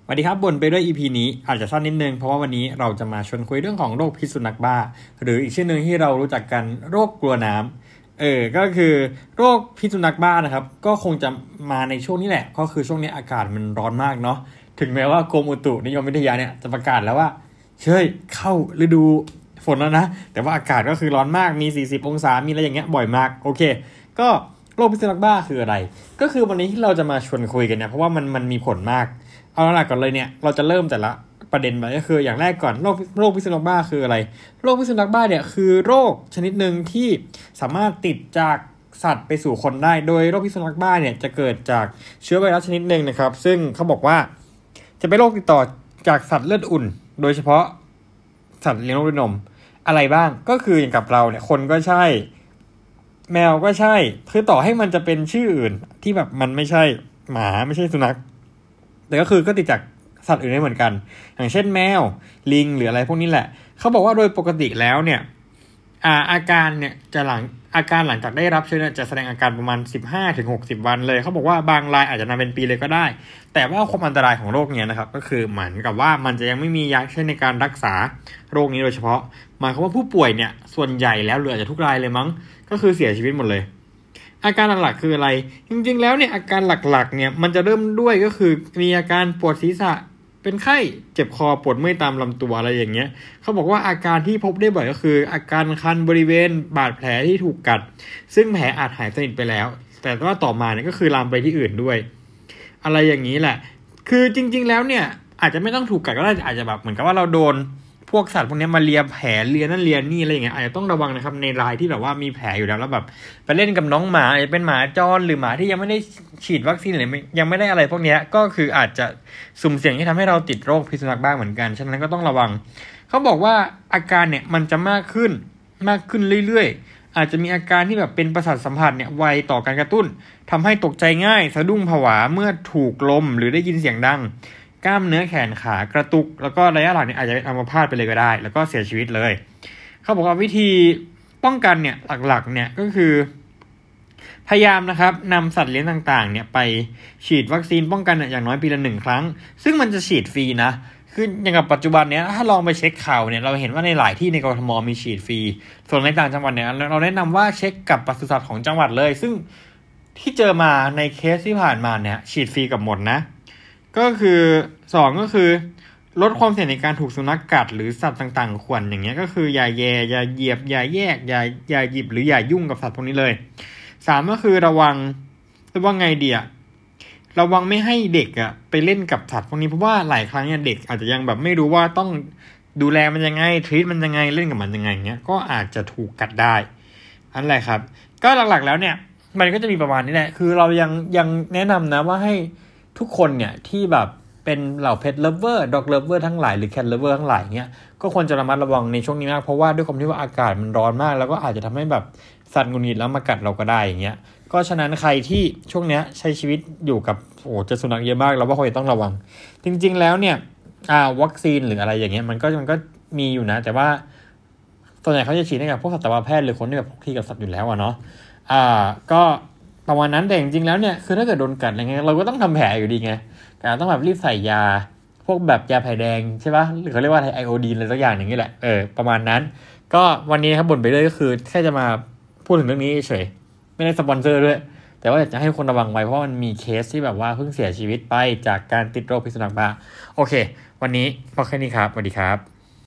สวัสดีครับบ่นไปด้วย EP นี้อาจจะสั้นนิดนึงเพราะว่าวันนี้เราจะมาชวนคุยเรื่องของโรคพิษสุนัขบ้าหรืออีกชื่อหนึ่งที่เรารู้จักกันโรคกลัวน้ำก็คือโรคพิษสุนัขบ้านะครับก็คงจะมาในช่วงนี้แหละก็คือช่วงนี้อากาศมันร้อนมากเนาะถึงแม้ว่ากรมอุตุนิยมวิทยาเนี่ยจะประกาศแล้วว่าเฮ้ยเข้าฤดูฝนแล้วนะแต่ว่าอากาศก็คือร้อนมากมี40องศามีอะไรอย่างเงี้ยบ่อยมากโอเคก็โรคพิษสุนัขบ้าคืออะไรก็คือวันนี้ที่เราจะมาชวนคุยกันเนี่ยเพราะว่ามันมีผลมากเอาหลักก่อนเลยเนี่ยเราจะเริ่มแต่ละประเด็นไปก็คืออย่างแรกก่อนโรคพิษสุนัขบ้าคืออะไรโรคพิษสุนัขบ้าเนี่ยคือโรคชนิดหนึ่งที่สามารถติดจากสัตว์ไปสู่คนได้โดยโรคพิษสุนัขบ้าเนี่ยจะเกิดจากเชื้อไวรัสชนิดหนึ่งนะครับซึ่งเขาบอกว่าจะเป็นโรคติดต่อจากสัตว์เลือดอุ่นโดยเฉพาะสัตว์เลี้ยงลูกด้วยนมอะไรบ้างก็คืออย่างกับเราเนี่ยคนก็ใช่แมวก็ใช่คือต่อให้มันจะเป็นชื่ออื่นที่แบบมันไม่ใช่หมาไม่ใช่สุนัขแต่ก็ติดจากสัตว์อื่นได้เหมือนกันอย่างเช่นแมวลิงหรืออะไรพวกนี้แหละเขาบอกว่าโดยปกติแล้วเนี่ยอาการเนี่ยอาการหลังจากได้รับเชื้อจะแสดงอาการประมาณ 15-60 วันเลยเขาบอกว่าบางรายอาจจะนานเป็นปีเลยก็ได้แต่ว่าความอันตรายของโรคนี้นะครับก็คือเหมือนกับว่ามันจะยังไม่มียาใช้ในการรักษาโรคนี้โดยเฉพาะหมายความว่าผู้ป่วยเนี่ยส่วนใหญ่แล้วหรืออาจจะทุกรายเลยมั้งก็คือเสียชีวิตหมดเลยอาการหลักๆคืออะไรจริงๆแล้วเนี่ยอาการหลักๆเนี่ยมันจะเริ่มด้วยก็คือมีอาการปวดศีรษะเป็นไข้เจ็บคอปวดเมื่อยตามลำตัวอะไรอย่างเงี้ยเขาบอกว่าอาการที่พบได้บ่อยก็คืออาการคันบริเวณบาดแผลที่ถูกกัดซึ่งแผลอาจหายสนิทไปแล้วแต่ว่าต่อมาเนี่ยก็คือลามไปที่อื่นด้วยอะไรอย่างนี้แหละคือจริงๆแล้วเนี่ยอาจจะไม่ต้องถูกกัดก็ได้อาจจะแบบเหมือนกับว่าเราโดนพวกสัตว์พวกนี้มาเลียแผลเลียนั่นเลียนี่อะไรอย่างเงี้ยอาจจะต้องระวังนะครับในรายที่แบบว่ามีแผลอยู่แล้วแบบไปเล่นกับน้องหมาอาจจะเป็นหมาจรหรือหมาที่ยังไม่ได้ฉีดวัคซีนหรือยังไม่ได้อะไรพวกนี้ก็คืออาจจะสุ่มเสี่ยงที่ทำให้เราติดโรคพิษสุนัขบ้างเหมือนกันฉะนั้นก็ต้องระวังเขาบอกว่าอาการเนี่ยมันจะมากขึ้นเรื่อยๆอาจจะมีอาการที่แบบเป็นประสาทสัมผัสเนี่ยไวต่อการกระตุ้นทำให้ตกใจง่ายสะดุ้งผวาเมื่อถูกลมหรือได้ยินเสียงดังกล้ามเนื้อแขนขากระตุกแล้วก็ระยะหลังเนี่ยอาจจะเป็นอัมพาตไปเลยก็ได้แล้วก็เสียชีวิตเลยเขาบอกว่าวิธีป้องกันเนี่ยหลักๆเนี่ยก็คือพยายามนะครับนำสัตว์เลี้ยงต่างๆเนี่ยไปฉีดวัคซีนป้องกันอย่างน้อยปีละ1 ครั้งซึ่งมันจะฉีดฟรีนะคืออย่างกับปัจจุบันเนี้ยถ้าลองไปเช็คข่าวเนี่ยเราเห็นว่าในหลายที่ในกทมมีฉีดฟรีส่วนในต่างจังหวัดเนี่ยเราแนะนำว่าเช็คกับปศุสัตว์ของจังหวัดเลยซึ่งที่เจอมาในเคสที่ผ่านมาเนี่ยฉีดฟรีกับหมดนะก็คือ2ก็คือลดความเสี่ยงในการถูกสุนัขกัดหรือสัตว์ต่างๆข่วนอย่างเงี้ยก็คืออย่าแย่อย่าเหยียบอย่าแยกอย่าหยิบหรืออย่ายุ่งกับสัตว์พวกนี้เลย3ก็คือระวังไงดีอะระวังไม่ให้เด็กอะไปเล่นกับสัตว์พวกนี้เพราะว่าหลายครั้งเนี่ยเด็กอาจจะยังแบบไม่รู้ว่าต้องดูแลมันยังไงทรีตมันยังไงเล่นกับมันยังไงเงี้ยก็อาจจะถูกกัดได้อันแหละครับก็หลักๆแล้วเนี่ยมันก็จะมีประมาณนี้แหละคือเรายังแนะนำนะว่าให้ทุกคนเนี่ยที่แบบเป็นเหล่าเพทเลิฟเวอร์ด็อกเลิฟเวอร์ทั้งหลายหรือแคทเลิฟเวอร์ทั้งหลายเงี้ยก็ควรจะระมัดระวังในช่วงนี้มากเพราะว่าด้วยความที่ว่าอากาศมันร้อนมากแล้วก็อาจจะทำให้แบบสัตว์หงุดหงิดแล้วมากัดเราก็ได้อย่างเงี้ยก็ฉะนั้นใครที่ช่วงเนี้ยใช้ชีวิตอยู่กับเจอสุนัขเยอะมากเราว่าควรจะต้องระวังจริงๆแล้วเนี่ยวัคซีนหรืออะไรอย่างเงี้ยมันก็มีอยู่นะแต่ว่าส่วนใหญ่เขาจะฉีดให้กับพวกสัตวแพทย์หรือคนที่แบบพกที่กับสัตว์อยู่แล้วเนาะก็ประมาณนั้นแต่จริงๆแล้วเนี่ยคือถ้าเกิดโดนกัดอะไรเงี้ยเราก็ต้องทำแผลอยู่ดีไงแต่ต้องแบบรีบใส่ยาพวกแบบยาแผลแดงใช่ปะหรือเขาเรียกว่าไอโอดีนอะไรสักอย่างอย่างนี้แหละประมาณนั้นก็วันนี้ครับบ่นไปเลยก็คือแค่จะมาพูดถึงเรื่องนี้เฉยไม่ได้สปอนเซอร์ด้วยแต่ว่าอยากจะให้คนระวังไว้เพราะมันมีเคสที่แบบว่าเพิ่งเสียชีวิตไปจากการติดโรคพิษสุนัขบ้าโอเควันนี้พอแค่นี้ครับสวัสดีครับ